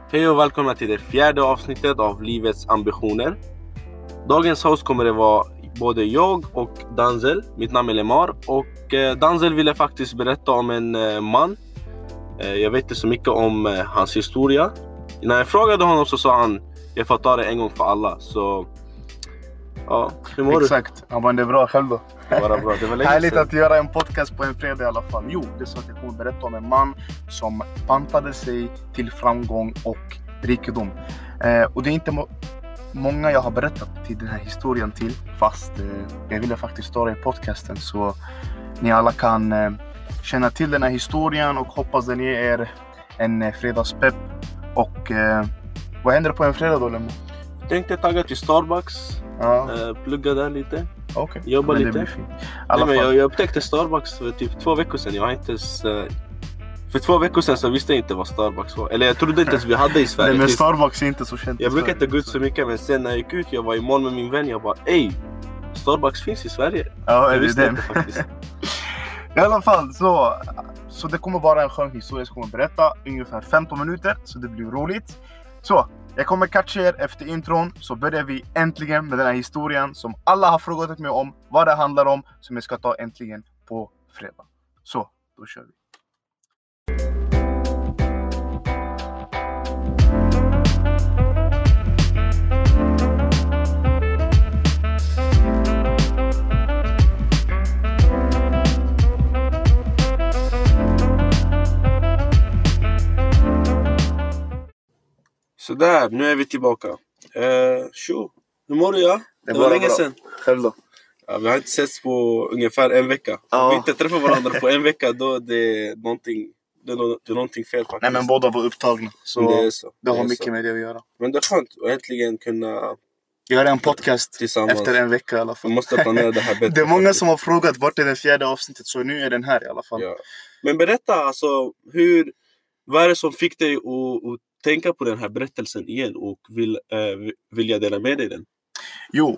Hej och välkomna till det fjärde avsnittet av Livets ambitioner. Dagens host kommer det vara både jag och Danzel. Mitt namn är Lemar och Danzel ville faktiskt berätta om en man. Jag vet inte så mycket om hans historia. När jag frågade honom så sa han, jag får ta det en gång för alla. Så ja, hur mår du? Exakt, ja, men det är bra själv då. Bara bra. Det var länge Härligt sedan. att göra en podcast på en fredag i alla fall. Jo, det är så att jag kommer berätta om en man som pantade sig till framgång och rikedom. Och det är inte många jag har berättat till den här historien till. Fast jag ville faktiskt ta det i podcasten så ni alla kan känna till den här historien och hoppas den ger er en fredagspepp. Och vad händer på en fredag då, Lemmo? Jag tänkte tagga till Starbucks. Ja, Plugga där lite. okej. Jobba Men det lite. blir fint. I Nej, alla men fall. jag upptäckte Starbucks för typ 2 veckor sedan. Jag har inte ens, för 2 veckor sedan så visste jag inte vad Starbucks var. Eller jag trodde inte ens vi hade i Sverige. Nej, men Typ. Starbucks är inte så känt. Jag brukar inte gå ut så mycket, men sen när jag gick ut, jag var i mål med min vän. Jag bara, ey, Starbucks finns i Sverige. Ja, Jag är det visste den? inte faktiskt. I alla fall, så det kommer vara en skön historia som kommer berätta ungefär 15 minuter, så det blir roligt. Så, jag kommer catcha er efter intron, så börjar vi äntligen med den här historien som alla har frågat mig om, vad det handlar om, som jag ska ta äntligen på fredag. Så, då kör vi. Så där, nu är vi tillbaka. Tjo, hur mår du? Ja? Det var länge sedan. Själv då? Ja, vi har inte setts på ungefär en vecka. Ja. Om vi inte träffar varandra på en vecka, då det är någonting fel faktiskt. Nej, men båda var upptagna, så Det är så. det har är mycket så. med det att göra. Men det är skönt att äntligen kunna Göra en podcast tillsammans. efter en vecka i alla Vi fall. måste planera det här bättre. Det är många faktiskt. som har frågat vart är det fjärde avsnittet, så nu är den här i alla fall. Ja. Men berätta, alltså, vad är det som fick dig att tänka på den här berättelsen igen och vilja dela med dig den? Jo,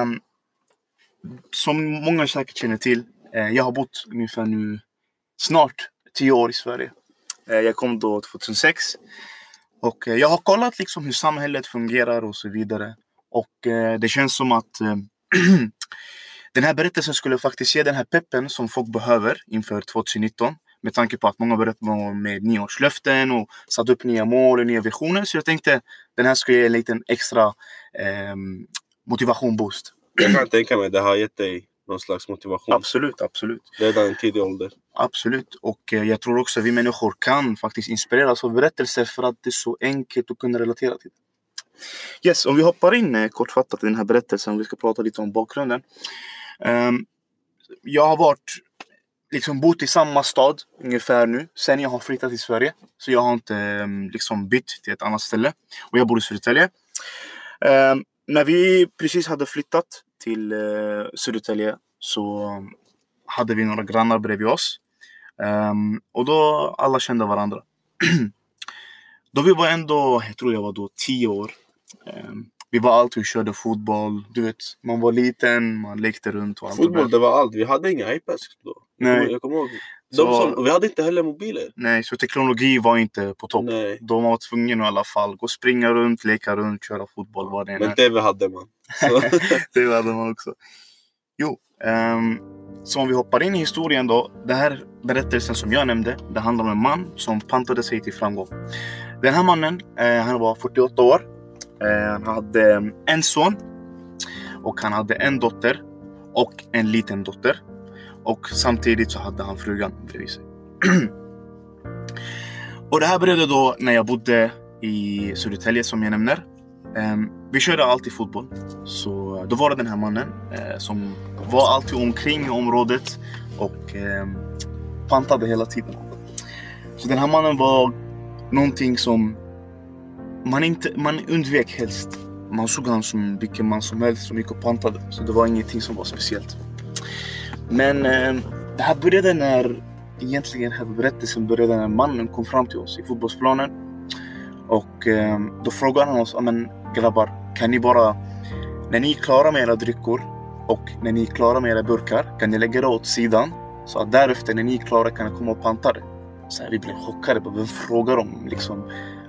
som många säkert känner till, jag har bott ungefär nu snart 10 år i Sverige. Jag kom då 2006 och jag har kollat liksom hur samhället fungerar och så vidare. Och det känns som att den här berättelsen skulle faktiskt ge den här peppen som folk behöver inför 2019. Med tanke på att många berättar med nyårslöften och satt upp nya mål och nya visioner. Så jag tänkte den här ska ge en liten extra motivation-boost. Jag kan tänka mig det har gett dig någon slags motivation. Absolut, absolut. Redan i tidig ålder. Absolut. Och jag tror också att vi människor kan faktiskt inspireras av berättelser för att det är så enkelt att kunna relatera till. Yes, om vi hoppar in kortfattat i den här berättelsen. Vi ska prata lite om bakgrunden. Jag har bott i samma stad ungefär nu sen jag har flyttat till Sverige. Så jag har inte bytt till ett annat ställe. Och jag bor i Södertälje. När vi precis hade flyttat till Södertälje så hade vi några grannar bredvid oss. Och då alla kände varandra. Då vi var ändå, jag tror jag var då 10 år. Vi var alltid och körde fotboll. Du vet, man var liten, man lekte runt. Och allt Fotboll, det var allt. Vi hade inga iPads då. Nej. Jag kommer ihåg. Så- Vi hade inte heller mobiler. Nej, så teknologi var inte på topp. Nej. Då var man tvungen i alla fall gå och springa runt, leka runt, köra fotboll, vad det än Men är. TV hade man. Så. Det hade man också. Jo, så om vi hoppar in i historien då. Den här berättelsen som jag nämnde, det handlar om en man som pantade sig till framgång. Den här mannen, han var 48 år. Han hade en son. Och han hade en dotter. Och en liten dotter. Och samtidigt så hade han frugan bredvid sig. Och det här började då när jag bodde i Södertälje som jag nämner. Vi körde alltid fotboll. Så då var det den här mannen som var alltid omkring i området och pantade hela tiden. Så den här mannen var någonting som man undvek helst. Man såg han som vilken man som helst som gick och pantade. Så det var ingenting som var speciellt. Men det här började när egentligen här berättelsen började när mannen kom fram till oss i fotbollsplanen. Och då frågade han oss, men grabbar, kan ni bara, när ni är klara med era dryckor och när ni är klara med era burkar, kan ni lägga det åt sidan så att därefter när ni är klara kan ni komma och panta det. Så här, vi blev chockade, vem frågar dem liksom?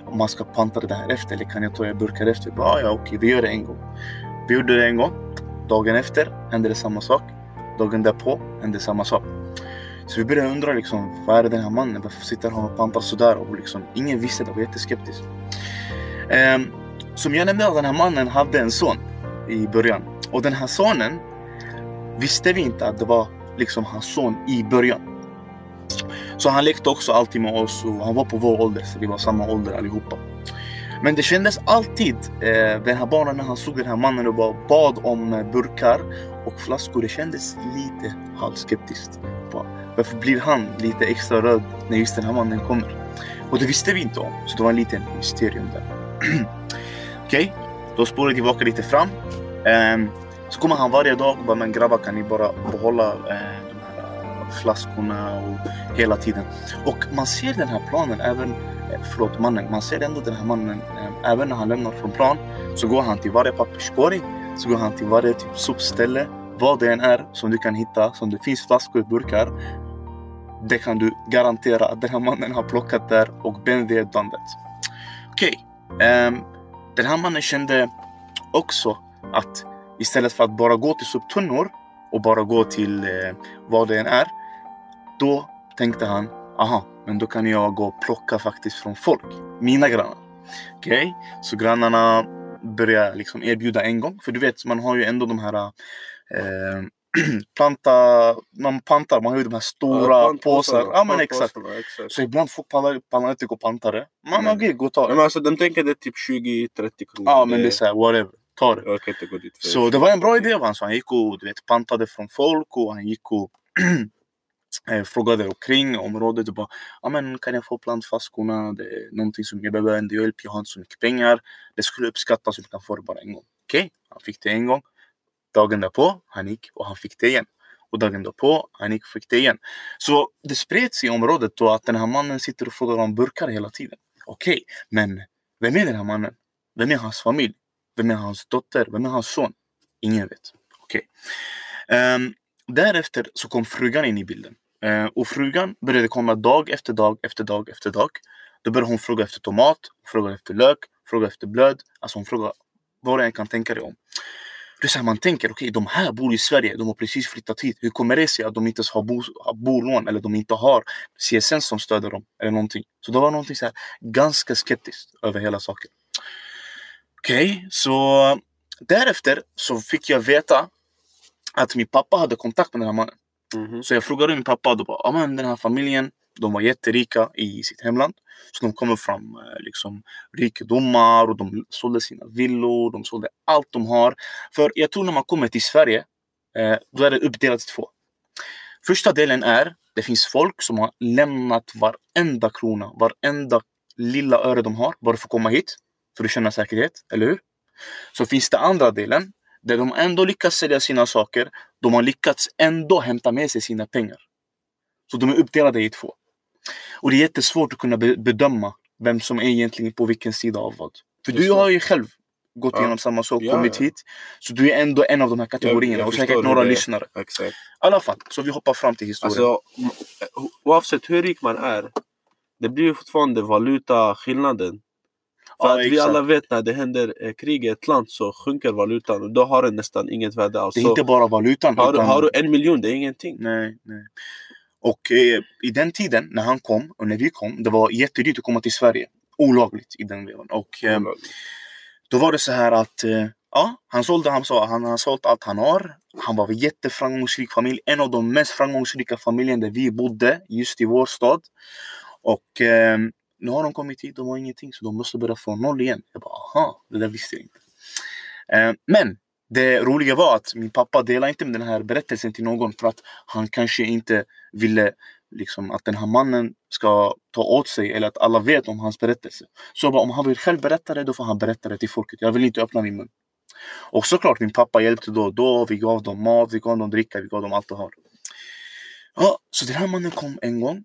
om man ska panta det här efter, eller kan jag ta era burkar efter? Ja, okej, vi gör det en gång. Vi gjorde det en gång. Dagen efter hände det samma sak. Dagen därpå hände samma sak. Så vi började undra liksom, vad är det den här mannen? Varför sitter han och pantar sådär? Och liksom, ingen visste det, var jätteskeptisk. Som jag nämnde, att den här mannen hade en son i början. Och den här sonen visste vi inte att det var liksom hans son i början. Så han lekte också alltid med oss och han var på vår ålder, så vi var samma ålder allihopa. Men det kändes alltid, den här barnen när han såg den här mannen och bara bad om burkar och flaskor, det kändes lite halvskeptiskt. Varför blir han lite extra röd när just den här mannen kommer? Och det visste vi inte om, så det var en liten mysterium där. Okej, då spårar vi tillbaka lite fram. Så kommer han varje dag och bara, men grabbar, kan ni bara behålla de här flaskorna och hela tiden. Och man ser den här planen även, mannen, man ser ändå den här mannen även när han lämnar från plan, så går han till varje papperskorg, så går han till varje typ sopställe, vad det än är som du kan hitta, som det finns flaskor och burkar. Det kan du garantera att den här mannen har plockat där och been bandet. Okej. Den här mannen kände också att istället för att bara gå till soptunnor och bara gå till vad det än är, då tänkte han, men då kan jag gå och plocka faktiskt från folk, mina grannar. Okej, så grannarna börjar liksom erbjuda en gång, för du vet, man har ju ändå de här man har ju de här stora påsar. Ja, men exakt. Så ibland folk pallar inte gå och panta det. Man gå och ta det. Men alltså, de tänker det typ 20-30 kronor. Ja, men det är så här, whatever. Ta det. Jag kan inte gå dit för så det var en bra idé av han. Så han gick och pantade från folk, och han gick och frågade omkring området och bara, men kan jag få plantflaskorna? Det är någonting som jag behöver ändå hjälp. Jag har inte så mycket pengar. Det skulle uppskattas om jag kan få det bara en gång. Okej, han fick det en gång. Dagen därpå, han gick och han fick det igen. Och dagen därpå, han gick och fick det igen. Så det spreds i området då att den här mannen sitter och frågar om burkar hela tiden. Okej, men vem är den här mannen? Vem är hans familj? Vem är hans dotter? Vem är hans son? Ingen vet. Okej. Därefter så kom frugan in i bilden. Och frugan började komma dag efter dag efter dag efter dag. Då började hon fråga efter tomat, fråga efter lök, fråga efter blöd. Alltså hon frågar vad en kan tänka dig om. Det är så här man tänker, okej, de här bor i Sverige, de har precis flyttat hit. Hur kommer det sig att de inte har bolån eller de inte har CSN som stöder dem eller någonting? Så det var någonting så här ganska skeptiskt över hela saken. Okej, så därefter så fick jag veta att min pappa hade kontakt med den här mannen. Så jag frågade min pappa och då bara, men den här familjen, de var jätterika i sitt hemland. Så de kommer fram liksom rikedomar och de sålde sina villor, de sålde allt de har. För jag tror när man kommer till Sverige, då är det uppdelat i två. Första delen är, det finns folk som har lämnat varenda krona, varenda lilla öre de har, bara för att komma hit, för att känna säkerhet, eller hur? Så finns det andra delen, där de ändå lyckas sälja sina saker, de har lyckats ändå hämta med sig sina pengar. Så de är uppdelade i två. Och det är jättesvårt att kunna bedöma vem som är egentligen på vilken sida av vad. För du har ju själv gått igenom samma sak och kommit hit. Så du är ändå en av de här kategorierna. Och säkert några lyssnare. Exakt. I alla fall, så vi hoppar fram till historien. Alltså, oavsett hur rik man är, det blir ju fortfarande valutaskillnaden. För att vi alla vet när det händer krig i ett land så sjunker valutan. Och då har den nästan inget värde. Alltså, det är inte bara valutan. Har du 1 miljon, det är ingenting. Nej. Och i den tiden när han kom och när vi kom, det var jättedyrt att komma till Sverige. Olagligt i den vevan. Och då var det så här att han har sålt allt han har. Han var en jätteframgångsrik familj. En av de mest framgångsrika familjen där vi bodde just i vår stad. Och nu har de kommit hit, de har ingenting, så de måste börja från noll igen. Jag bara, det där visste jag inte. Men det roliga var att min pappa delade inte med den här berättelsen till någon, för att han kanske inte ville liksom, att den här mannen ska ta åt sig, eller att alla vet om hans berättelse. Så bara, om han vill själv berätta det, då får han berätta det till folket. Jag vill inte öppna min mun. Och såklart min pappa hjälpte då. Vi gav dem mat, vi gav dem dricka, vi gav dem allt de har. Så den här mannen kom en gång.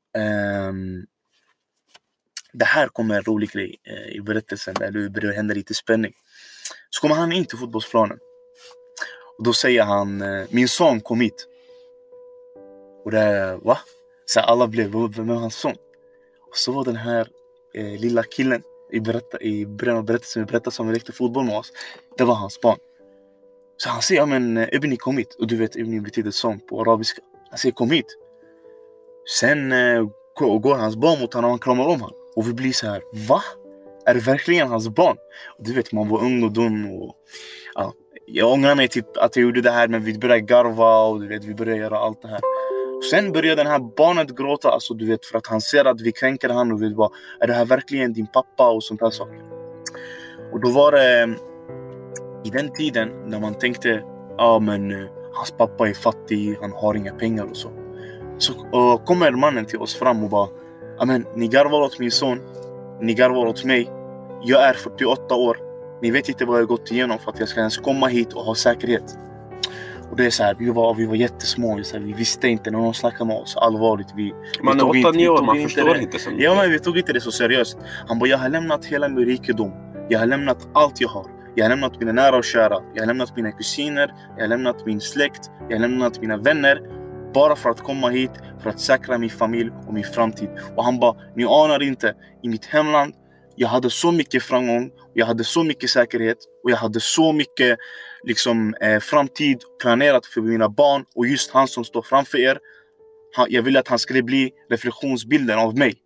Det här kommer en rolig grej i berättelsen där det börjar hända lite spänning. Så kommer han in till fotbollsplanen. Och då säger han, min son kom hit. Och det, va? Så alla blev, vem är hans son? Och så var den här lilla killen, i början av berättelsen vi berättade som vi lekte fotboll med oss. Det var hans barn. Så han säger, men Ibni kom hit. Och du vet, Ibni betyder son på arabiska. Han säger, kom hit. Sen går hans barn mot honom och han kramar om honom. Och vi blir så här, va? Är det verkligen hans barn? Och du vet, man var ung och dum. Och, ja, jag ångrar mig typ att jag gjorde det här. Men vi började garva och du vet, vi började göra allt det här. Och sen började den här barnet gråta. Alltså du vet, för att han ser att vi kränker han. Och vi bara, är det här verkligen din pappa? Och sånt här saker. Och då var det i den tiden när man tänkte, men hans pappa är fattig, han har inga pengar och så. Så kommer mannen till oss fram och bara, men ni garvar åt min son, ni garvar åt mig. Jag är 48 år. Ni vet inte vad jag gått igenom för att jag ska ens komma hit och ha säkerhet. Och det är så här, vi var jättesmå, så här, vi visste inte när någon snackade med oss allvarligt. Man är 8-9 år, man förstår inte så mycket. Ja, men vi tog inte det så seriöst. Han bara, jag har lämnat hela min rikedom. Jag har lämnat allt jag har. Jag har lämnat mina nära och kära. Jag har lämnat mina kusiner. Jag har lämnat min släkt. Jag har lämnat mina vänner. Bara för att komma hit. För att säkra min familj och min framtid. Och han bara, ni anar inte. I mitt hemland. Jag hade så mycket framgång. Jag hade så mycket säkerhet. Och jag hade så mycket framtid planerat för mina barn. Och just han som står framför er. Jag ville att han skulle bli reflektionsbilden av mig.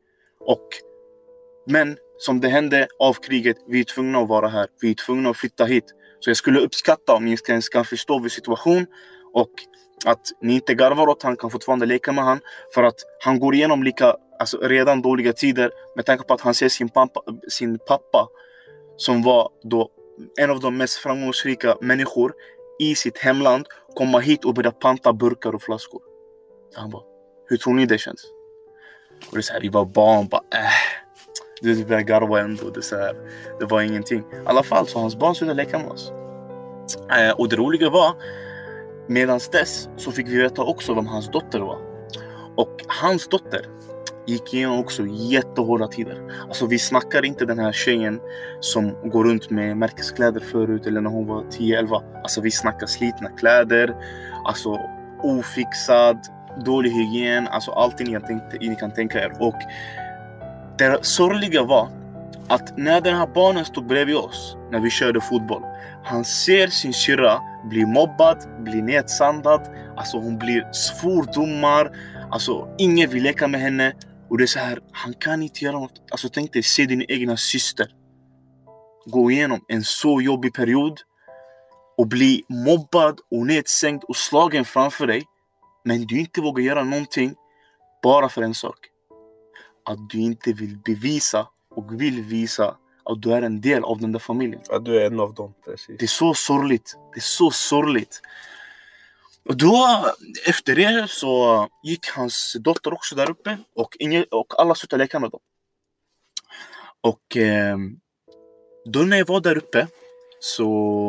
Men som det hände av kriget, vi är tvungna att vara här. Vi är tvungna att flytta hit. Så jag skulle uppskatta om ni kan förstå vår situation. Och att ni inte garvar åt han, kan fortfarande leka med han. För att han går igenom redan dåliga tider. Med tanke på att han ser sin pappa som var då en av de mest framgångsrika människor i sitt hemland, komma hit och börja panta burkar och flaskor. Så han bara, hur tror ni det känns? Och det är så här, vi var barn, bara det började garva ändå, det var ingenting. I alla fall så hans barn skulle leka med oss. Och det roliga var, medans dess så fick vi veta också vem hans dotter var. Och hans dotter gick igenom också jättehårda tider. Alltså vi snackar inte den här tjejen som går runt med märkeskläder förut, eller när hon var 10-11. Alltså vi snackar slitna kläder, alltså ofixad, dålig hygien, alltså allting ni kan tänka er. Och det sorgliga var att när den här barnen stod bredvid oss när vi körde fotboll, han ser sin syrra bli mobbad, bli nedsandad, alltså hon blir svordomar, alltså ingen vill leka med henne. Och det är så här, han kan inte göra något. Alltså tänk dig, se din egna syster gå igenom en så jobbig period och bli mobbad och nedsängd och slagen framför dig, men du inte vågar göra någonting bara för en sak. Att du inte vill bevisa och vill visa att du är en del av den där familjen. Att du är en av dem, precis. Det är så sorgligt. Det är så sorgligt. Och då, efter det så gick hans dotter också där uppe. Och alla slutade leka med dem. Och då när jag var där uppe så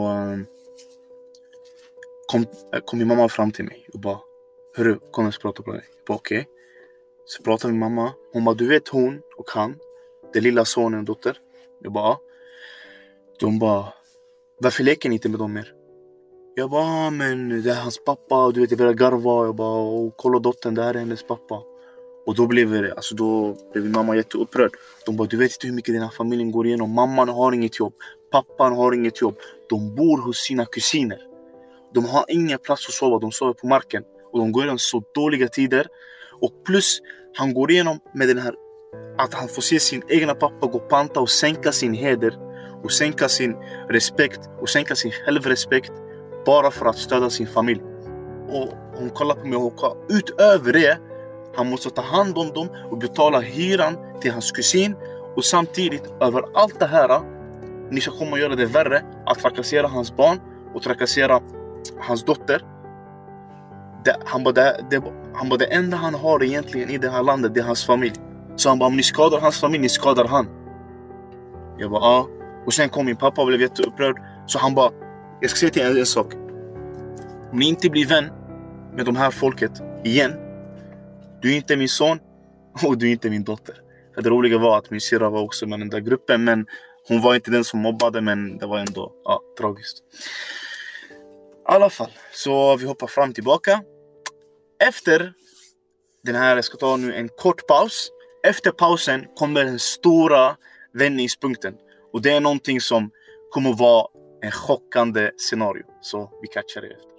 kom min mamma fram till mig och bara, hörru, kom och prata på dig. Jag bara, okej. Så pratade min mamma. Hon bara, du vet hon och han, det lilla sonen och dotter. Jag bara, de bara, varför leker ni inte med dem mer? Jag bara, men det är hans pappa. Du vet, jag började garva. Jag bara, och kolla dottern, det här är hennes pappa. Och då blev min mamma jätteupprörd. De bara, du vet inte hur mycket den här familjen går igenom. Mamman har inget jobb. Pappan har inget jobb. De bor hos sina kusiner. De har ingen plats att sova. De sover på marken. Och de går igenom så dåliga tider. Och plus, han går igenom med den här, att han får se sin egna pappa gå panta och sänka sin heder. Och sänka sin respekt. Och sänka sin självrespekt. Bara för att stödja sin familj. Och hon kollar på mig och utöver det, han måste ta hand om dem och betala hyran till hans kusin. Och samtidigt, över allt det här, ni ska komma och göra det värre att trakassera hans barn och trakassera hans dotter. Han bara, det enda han har egentligen i det här landet, det är hans familj. Så han bara, om ni skadar hans familj, ni skadar han. Jag bara, ja. Och sen kom min pappa och blev jätteupprörd. Så han bara, jag ska säga till en sak. Om ni inte blir vän med de här folket igen, du är inte min son och du är inte min dotter. För det roliga var att min syra var också med den där gruppen, men hon var inte den som mobbade, men det var ändå tragiskt. I alla fall, så vi hoppar fram tillbaka. Efter den här, jag ska ta nu en kort paus. Efter pausen kommer den stora vändningspunkten. Och det är någonting som kommer att vara en chockande scenario. Så vi catchar det efter.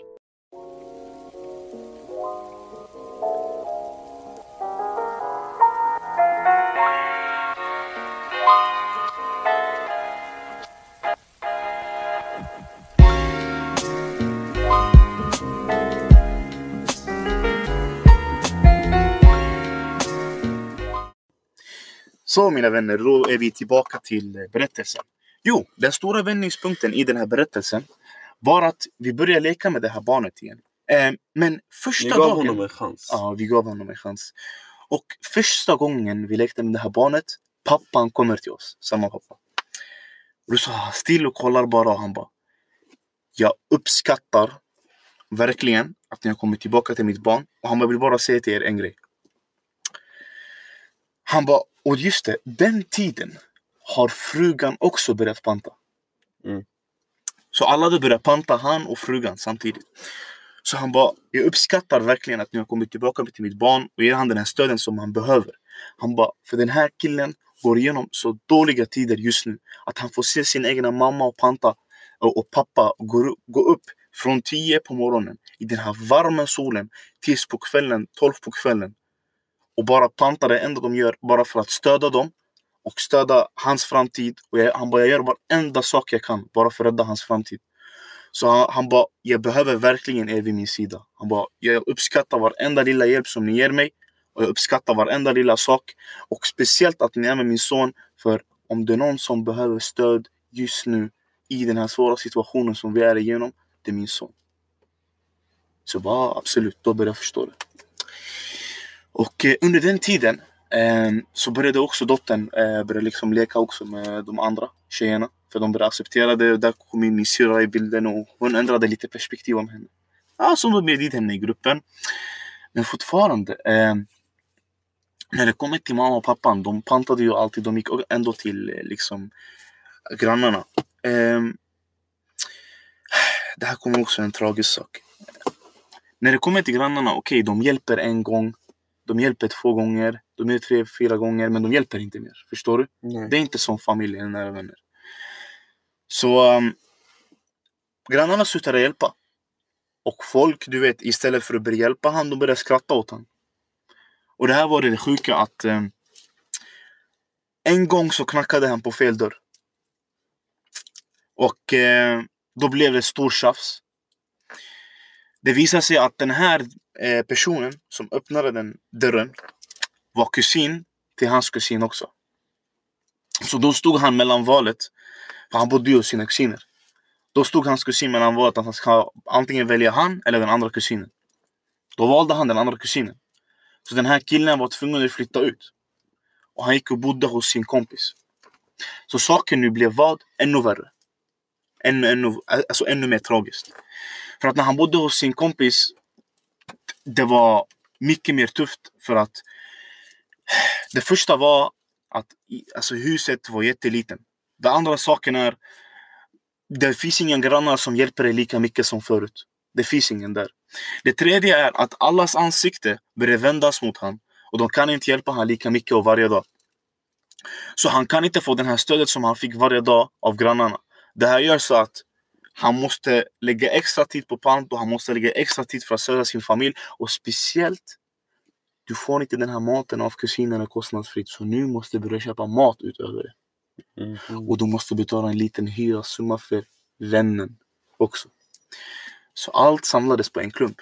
Så mina vänner, då är vi tillbaka till berättelsen. Jo, den stora vändningspunkten i den här berättelsen var att vi började leka med det här barnet igen. Men första Vi gav dagen... honom en chans. Ja, vi gav honom en chans. Och första gången vi lekte med det här barnet, pappan kommer till oss, samma pappa. Och du sa still och kollar bara, och han bara: jag uppskattar verkligen att ni har kommit tillbaka till mitt barn. Och han bara: vill bara säga till er en grej. Han bara: och just det, den tiden har frugan också börjat panta. Så alla hade börjat panta, han och frugan samtidigt. Så han bara: jag uppskattar verkligen att ni har kommit tillbaka till mitt barn och ger han den här stöden som han behöver. Han bara: för den här killen går igenom så dåliga tider just nu att han får se sin egna mamma och panta och pappa gå upp från 10 på morgonen i den här varma solen tills på kvällen, 12 på kvällen, och bara panta det enda de gör bara för att stödja dem och stödja hans framtid. Och han bara: jag gör varenda sak jag kan bara för att rädda hans framtid. Så han bara: jag behöver verkligen er vid min sida. Han bara: jag uppskattar varenda lilla hjälp som ni ger mig. Och jag uppskattar varenda lilla sak. Och speciellt att ni är med min son. För om det är någon som behöver stöd just nu i den här svåra situationen som vi är igenom, det är min son. Så bara absolut, då börjar jag förstå det. Och under den tiden så började också dottern börja liksom leka också med de andra tjejerna. För de började acceptera det. Där kom min syrra i bilden och hon ändrade lite perspektiv om henne. Ja, så de bjöd dit henne i gruppen. Men fortfarande, när det kommer till mamma och pappan, de pantade ju alltid. De gick ändå till liksom grannarna. Det här kommer också en tragisk sak. När det kommer till grannarna, okej, de hjälper en gång. De hjälper 2 gånger. De gör 3-4 gånger. Men de hjälper inte mer. Förstår du? Nej. Det är inte som familj eller nära vänner. Så grannarna slutade hjälpa. Och folk, du vet, istället för att börja hjälpa han, de började skratta åt han. Och det här var det sjuka att en gång så knackade han på fel dörr. Och då blev det stor tjafs. Det visade sig att den här personen som öppnade den dörren var kusin till hans kusin också. Så då stod han mellan valet. För han bodde ju hos sina kusiner. Då stod hans kusin mellan valet att han ska antingen välja han eller den andra kusinen. Då valde han den andra kusinen. Så den här killen var tvungen att flytta ut. Och han gick och bodde hos sin kompis. Så saken nu blev vad? Ännu värre. Ännu mer tragiskt. För att när han bodde hos sin kompis, det var mycket mer tufft. För att det första var att huset var jätteliten. Det andra saken är, det finns ingen grannar som hjälper dig lika mycket som förut. Det finns ingen där. Det tredje är att allas ansikte börjar vändas mot han. Och de kan inte hjälpa han lika mycket och varje dag. Så han kan inte få den här stödet som han fick varje dag av grannarna. Det här gör så att han måste lägga extra tid på pant och han måste lägga extra tid för att stödja sin familj. Och speciellt, du får inte den här maten av kusinerna kostnadsfritt. Så nu måste du börja köpa mat utöver det. Och du måste betala en liten hyressumma för vännen också. Så allt samlades på en klump.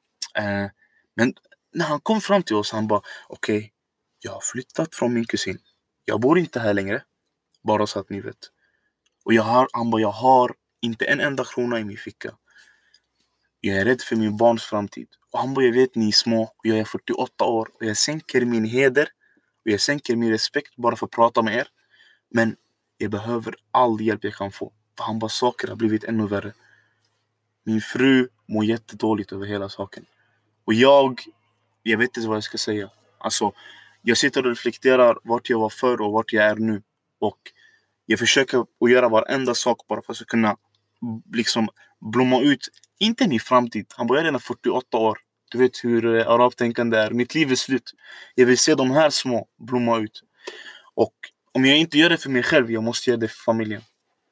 Men när han kom fram till oss, han bara: okej, jag har flyttat från min kusin. Jag bor inte här längre. Bara så att ni vet. Och jag har inte en enda krona i min ficka. Jag är rädd för min barns framtid. Och han bara: jag vet, ni är små. Och jag är 48 år. Och jag sänker min heder. Och jag sänker min respekt bara för att prata med er. Men jag behöver all hjälp jag kan få. För han bara: saker har blivit ännu värre. Min fru mår jättedåligt över hela saken. Och jag vet inte vad jag ska säga. Alltså, jag sitter och reflekterar vart jag var förr och vart jag är nu. Och jag försöker att göra varenda sak bara för att kunna liksom blomma ut. Inte min framtid. Han bara: jag är redan 48 år. Du vet hur arabtänkande är. Mitt liv är slut. Jag vill se de här små blomma ut. Och om jag inte gör det för mig själv, jag måste göra det för familjen.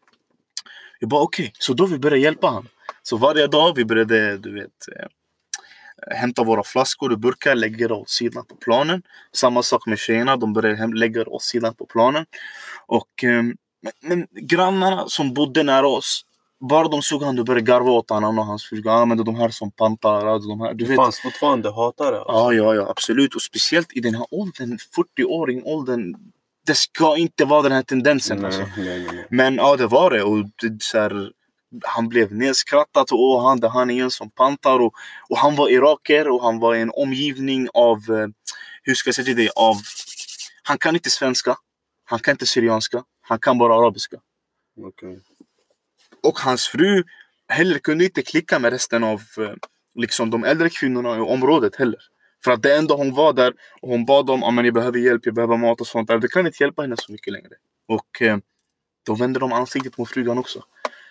Jag bara okej. Så då vi började hjälpa han. Så varje dag vi började, du vet, hämta våra flaskor och burkar, lägga det åt sidan på planen. Samma sak med tjejerna, de började lägga det åt sidan på planen. Och men grannarna som bodde nära oss, bara de såg han, då började garva åt honom och hans fruga. Men de här som pantar, de här, du vet. Det fanns fortfarande hatare. Alltså. Ja, absolut. Och speciellt i den här åldern, 40-åring åldern, det ska inte vara den här tendensen. Nej, alltså. nej. Men ja, det var det. Och det, så här, han blev nedskrattat och han är en som pantar. Och han var iraker och han var i en omgivning av, hur ska jag säga till dig, av, han kan inte svenska, han kan inte syrianska, han kan bara arabiska. Okay. Och hans fru heller kunde inte klicka med resten av liksom de äldre kvinnorna i området heller. För att det enda hon var där och hon bad dem, men jag behöver hjälp, jag behöver mat och sånt där. Det kan inte hjälpa henne så mycket längre. Och då vände de ansiktet på frugan också.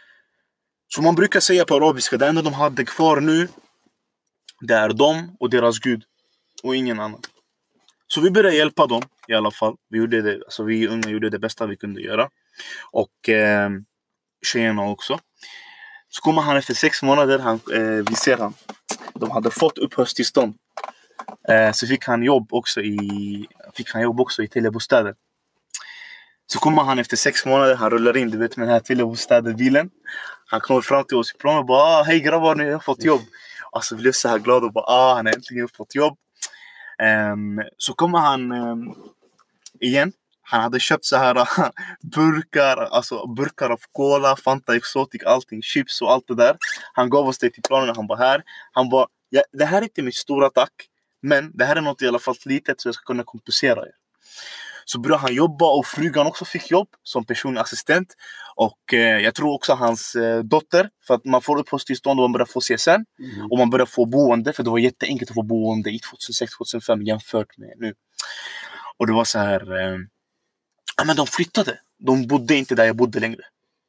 Så man brukar säga på arabiska, det enda de hade kvar nu, det är de och deras gud. Och ingen annan. Så vi började hjälpa dem i alla fall. Vi gjorde det, alltså vi unga gjorde det bästa vi kunde göra. Och tjejerna också. Så kommer han efter 6 månader, vi ser han. De hade fått uppehållstillstånd. Så fick han jobb också i Telebostäder. Så kommer han efter 6 månader, han rullar in, du vet, med den här Telebostäder-bilen. Han kommer fram till oss i planen och bara, hej grabbar, nu har jag fått jobb. Alltså vi blev så här glada och bara, han har äntligen fått jobb. Så kommer han igen. Han hade köpt så här burkar av cola, Fanta Exotic, allting, chips och allt det där. Han gav oss det till planen och han bara här. Han bara, ja, det här är inte mitt stora tack, men det här är något i alla fall litet så jag ska kunna kompensera er. Så började han jobba och frugan också fick jobb som personlig assistent. Och jag tror också hans dotter, för att man får uppehållstillstånd och man börjar få CSN. Och man börjar få boende, för det var jätteenkelt att få boende i 2006-2005 jämfört med nu. Och det var så här, men de flyttade. De bodde inte där jag bodde längre.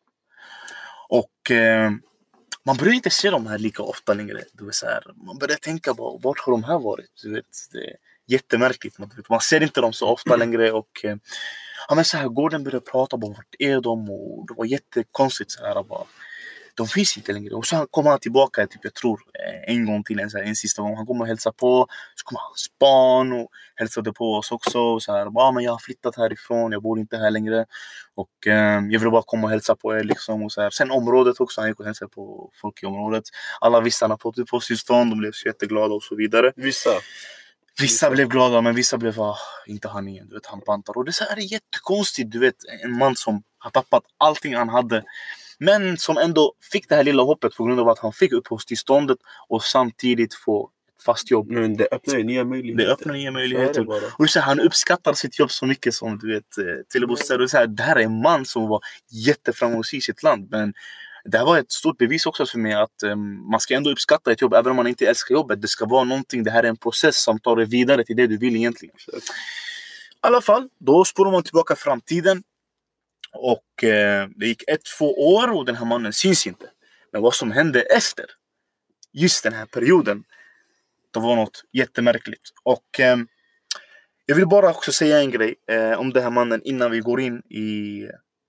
Och man börjar inte se dem här lika ofta längre. Det var så här, man börjar tänka på vart har de här varit? Du vet, det är jättemärkligt. Man ser inte dem så ofta längre. Och men så här, gården började prata om vart är de? Och det var jättekonstigt så här bara. De finns inte längre. Och så kommer han tillbaka, typ, jag tror en gång till, en sista gång. Han kommer och hälsa på. Så kommer hans barn och hälsade på oss också. Och så här, men jag har flyttat härifrån. Jag bor inte här längre. Och jag vill bara komma och hälsa på er liksom. Och så här. Sen området också. Han gick och hälsade på folk i området. Alla visste han har fått uppehållstillstånd. De blev så jätteglada och så vidare. Vissa blev glada, men vissa blev inte han igen. Du vet, han pantar. Och det så här är jättekonstigt. Du vet, en man som har tappat allting han hade. Men som ändå fick det här lilla hoppet på grund av att han fick uppehållstillståndet och samtidigt få ett fast jobb. Men det öppnar ju nya möjligheter. Och så här, han uppskattar sitt jobb så mycket som du vet Telebostäder. Och så här, det här är en man som var jätteframgångsrik i sitt land. Men det här var ett stort bevis också för mig att man ska ändå uppskatta ett jobb även om man inte älskar jobbet. Det ska vara någonting, det här är en process som tar dig vidare till det du vill egentligen. I alla fall, då spårar man tillbaka framtiden. Och det gick 1-2 år och den här mannen syns inte. Men vad som hände efter just den här perioden, det var något jättemärkligt. Och jag vill bara också säga en grej om den här mannen innan vi går in i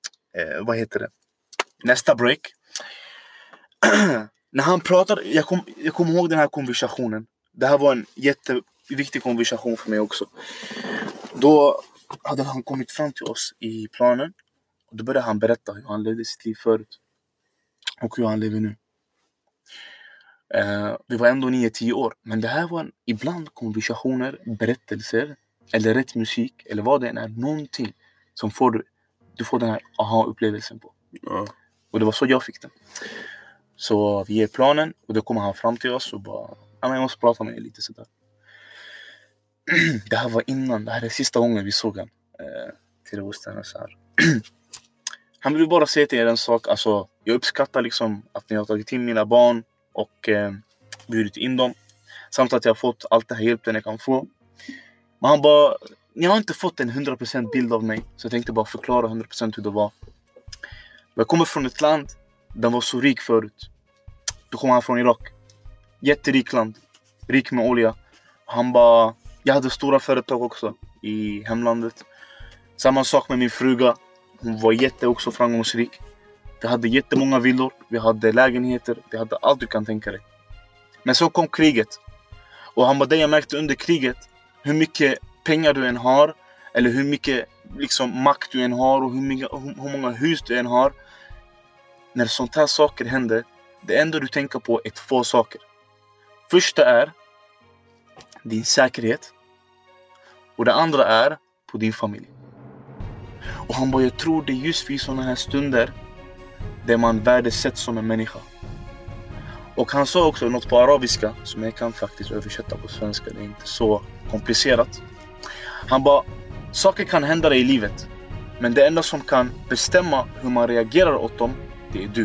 nästa break. När han pratade, jag kommer ihåg den här konversationen. Det här var en jätteviktig konversation för mig också. Då hade han kommit fram till oss i planen. Och då började han berätta hur han levde sitt liv förut. Och hur han lever nu. Vi var ändå 9-10 år. Men det här var ibland konversationer, berättelser. Eller rätt musik. Eller vad det än är. Någonting som du får den här aha-upplevelsen på. Och det var så jag fick den. Så vi ger planen. Och då kommer han fram till oss och bara, jag måste prata med er lite sådär. Det här var innan. Det här är sista gången vi såg han. Till Bostäderna så här. Han vill bara säga till er en sak. Alltså, jag uppskattar liksom att ni har tagit in mina barn och bjudit in dem. Samt att jag har fått allt det här hjälpen jag kan få. Men han bara, ni har inte fått en 100% bild av mig. Så jag tänkte bara förklara 100% hur det var. Jag kommer från ett land där var så rik förut. Då kommer han från Irak. Jätterik land. Rik med olja. Han bara, jag hade stora företag också i hemlandet. Samma sak med min fruga. Hon var också framgångsrik. Vi hade jättemånga villor. Vi hade lägenheter. Vi hade allt du kan tänka dig. Men så kom kriget. Och han bara, det jag märkte under kriget. Hur mycket pengar du än har. Eller hur mycket liksom, makt du än har. Och hur många hus du än har. När sånt här saker händer. Det enda du tänker på är 2 saker. Första är din säkerhet. Och det andra är på din familj. Och han bara, jag tror det är just vid sådana här stunder där man värdesätts som en människa. Och han sa också något på arabiska som jag kan faktiskt översätta på svenska. Det är inte så komplicerat. Han bara, saker kan hända dig i livet. Men det enda som kan bestämma hur man reagerar åt dem, det är du.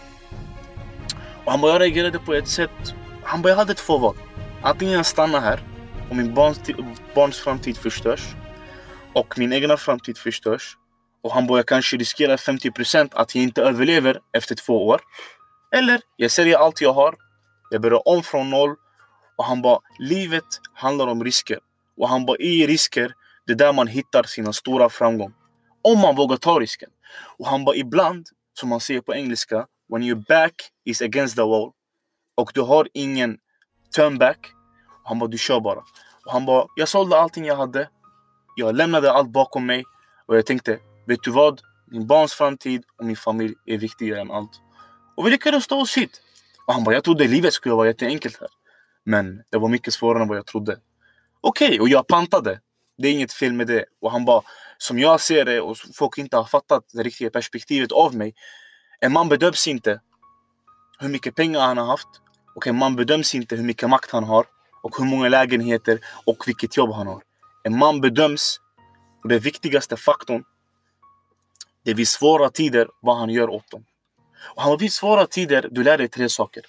Och han bara, jag reagerade på ett sätt. Han bara, jag hade 2 val. Antingen jag stannar här och min barns framtid förstörs. Och min egna framtid förstörs. Och han bara, jag kanske riskerar 50% att jag inte överlever efter 2 år. Eller jag säljer allt jag har. Jag börjar om från noll. Och han bara, livet handlar om risker. Och han bara, i risker, det är där man hittar sina stora framgång. Om man vågar ta risken. Och han bara, ibland, som man säger på engelska, when your back is against the wall. Och du har ingen turn back. Och han bara, du kör bara. Och han bara, jag sålde allting jag hade. Jag lämnade allt bakom mig. Och jag tänkte, vet du vad? Min barns framtid och min familj är viktigare än allt. Och vi lyckades stå oss hit. Och han bara, jag trodde livet skulle vara jätteenkelt här. Men det var mycket svårare än vad jag trodde. Okej, och jag pantade. Det är inget fel med det. Och han bara, som jag ser det och folk inte har fattat det riktiga perspektivet av mig. En man bedöms inte hur mycket pengar han har haft. Och en man bedöms inte hur mycket makt han har. Och hur många lägenheter och vilket jobb han har. En man bedöms, och det viktigaste faktorn, det är vid svåra tider vad han gör åt dem. Och han har vid svåra tider, du lär dig 3 saker.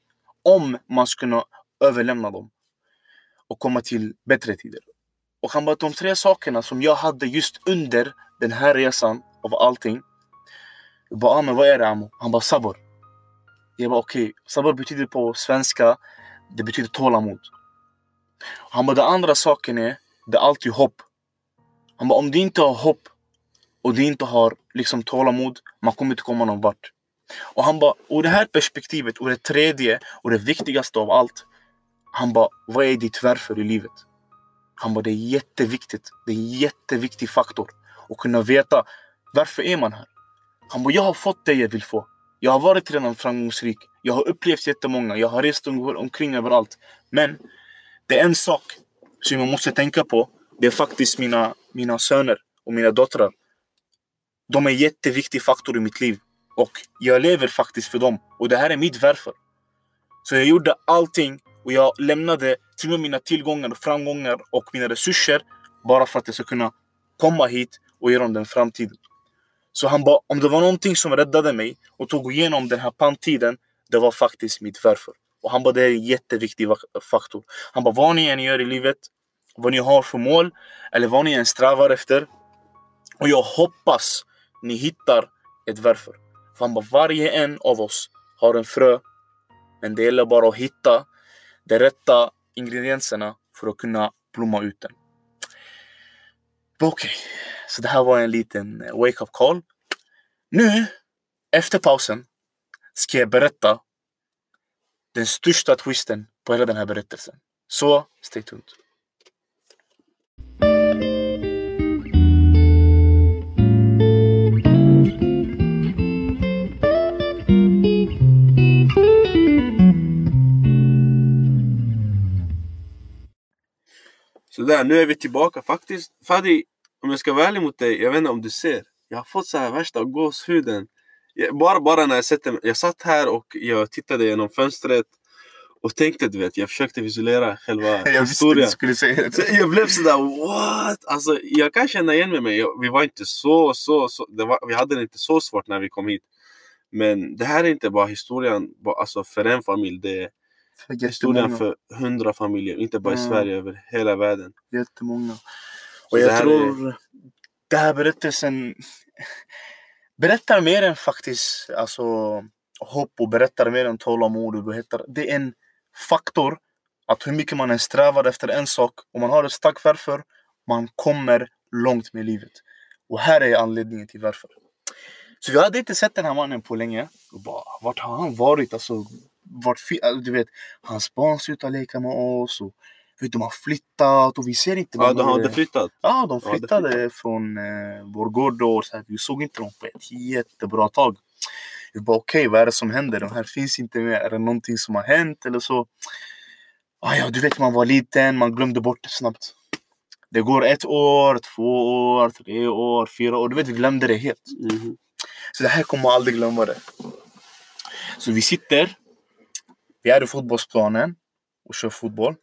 Om man ska kunna överlämna dem och komma till bättre tider. Och han bara, de 3 sakerna som jag hade just under den här resan av allting. Jag bara, men vad är det, Amo? Han bara, sabr. Jag bara, okej. Sabr betyder på svenska, det betyder tålamod. Han bara, den andra saken är, det är alltid hopp. Han bara, om du inte har hopp och du inte har liksom tålamod, man kommer inte komma någon vart. Och han bara, och det här perspektivet, och det tredje och det viktigaste av allt. Han bara, vad är ditt varför i livet? Han bara, det är jätteviktigt. Det är en jätteviktig faktor. Att kunna veta, varför är man här? Han bara, jag har fått det jag vill få. Jag har varit redan framgångsrik. Jag har upplevt jättemånga. Jag har rest omkring överallt. Men det är en sak som jag måste tänka på. Det är faktiskt mina söner och mina döttrar. De är en jätteviktig faktor i mitt liv. Och jag lever faktiskt för dem. Och det här är mitt varför. Så jag gjorde allting. Och jag lämnade till och med mina tillgångar och framgångar och mina resurser. Bara för att jag ska kunna komma hit och ge dem den framtiden. Så han bara, om det var någonting som räddade mig och tog igenom den här pantiden. Det var faktiskt mitt varför. Och han bara, det är en jätteviktig faktor. Han bara, vad ni än gör i livet. Vad ni har för mål. Eller vad ni än strävar efter. Och jag hoppas ni hittar ett varför. För han bara, varje en av oss har en frö. Men det gäller bara att hitta de rätta ingredienserna för att kunna blomma ut den. Okej, så det här var en liten wake-up call. Nu, efter pausen, ska jag berätta den största twisten på hela den här berättelsen. Så, stay tuned. Så där, nu är vi tillbaka faktiskt. Fadi, om jag ska vara ärlig mot dig, jag vet inte om du ser. Jag har fått så här värsta gåshuden. Bara när jag satt här och jag tittade genom fönstret och tänkte, du vet, jag försökte visualisera själva historien. Jag skulle säga det. Jag blev så där, what? Alltså, jag kan känna igen med mig. Vi var inte vi hade det inte så svårt när vi kom hit. Men det här är inte bara historien alltså för en familj, det är historien för 100 familjer, inte bara i Sverige, över hela världen. Jättemånga. Och jag tror det här berättelsen berättar mer än faktiskt alltså hopp, och berättar mer än tålamod. Det är en faktor att hur mycket man än strävar efter en sak och man har ett starkt varför, man kommer långt med livet. Och här är anledningen till varför. Så vi hade inte sett den här mannen på länge. Och bara, vart har han varit? Alltså, du vet, hans barn slutar leka med oss. Och vet, de har flyttat och vi ser inte dem. Ja, de hade flyttat? Ja, de flyttade från vår gård och så här, vi såg inte dem på ett jättebra tag. Vi bara, okej, vad är det som händer? De här finns inte mer. Är det någonting som har hänt eller så? Ja, du vet, man var liten, man glömde bort det snabbt. Det går 1 år, 2 år, 3 år, 4 år. Du vet, vi glömde det helt. Så det här kommer man aldrig glömma det. Så vi är i fotbollsplanen och kör fotboll.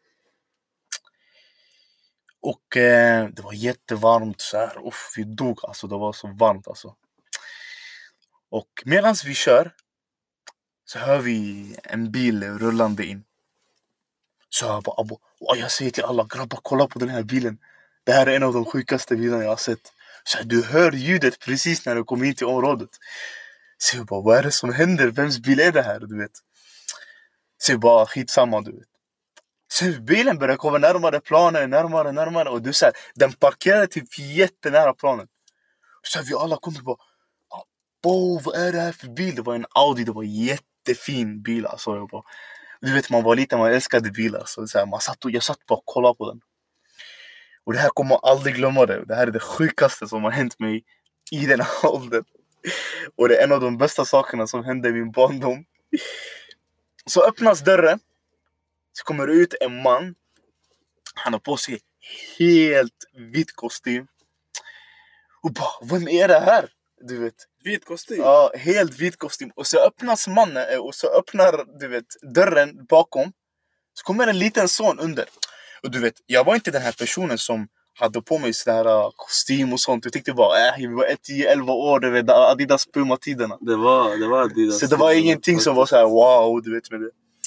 Och det var jättevarmt så här. Vi dog alltså, det var så varmt alltså. Och medan vi kör så hör vi en bil rullande in. Så jag säger till alla, grabbar, kolla på den här bilen. Det här är en av de sjukaste bilarna jag har sett. Så du hör ljudet precis när du kommer in till området. Så jag bara, vad är det som händer? Vems bil är det här? Du vet. Så jag bara, skitsamma, du vet. Så bilen börjar komma närmare planen, närmare. Och du säger, den parkerar typ jättenära planen. Så vi alla kommer bara, vad är det här för bil? Det var en Audi, det var en jättefin bil. Alltså, jag bara, du vet, man var liten, man älskade bilar. Så här, jag satt bara och kollade på den. Och det här kommer jag aldrig glömma det. Det här är det sjukaste som har hänt mig i den här åldern. Och det är en av de bästa sakerna som hände i min barndom. Så öppnas dörren. Så kommer det ut en man. Han har på sig helt vit kostym. Och bara, vem är det här? Du vet. Vit kostym? Ja, helt vit kostym. Och så öppnas mannen. Och så öppnar, du vet, dörren bakom. Så kommer en liten son under. Och du vet, jag var inte den här personen som hade på mig sådär kostym och sånt. Jag tyckte bara, vi var 10-11 år, du vet, Adidas Puma-tiderna. Det var Adidas. Så det var ingenting som var såhär, wow, du vet med det.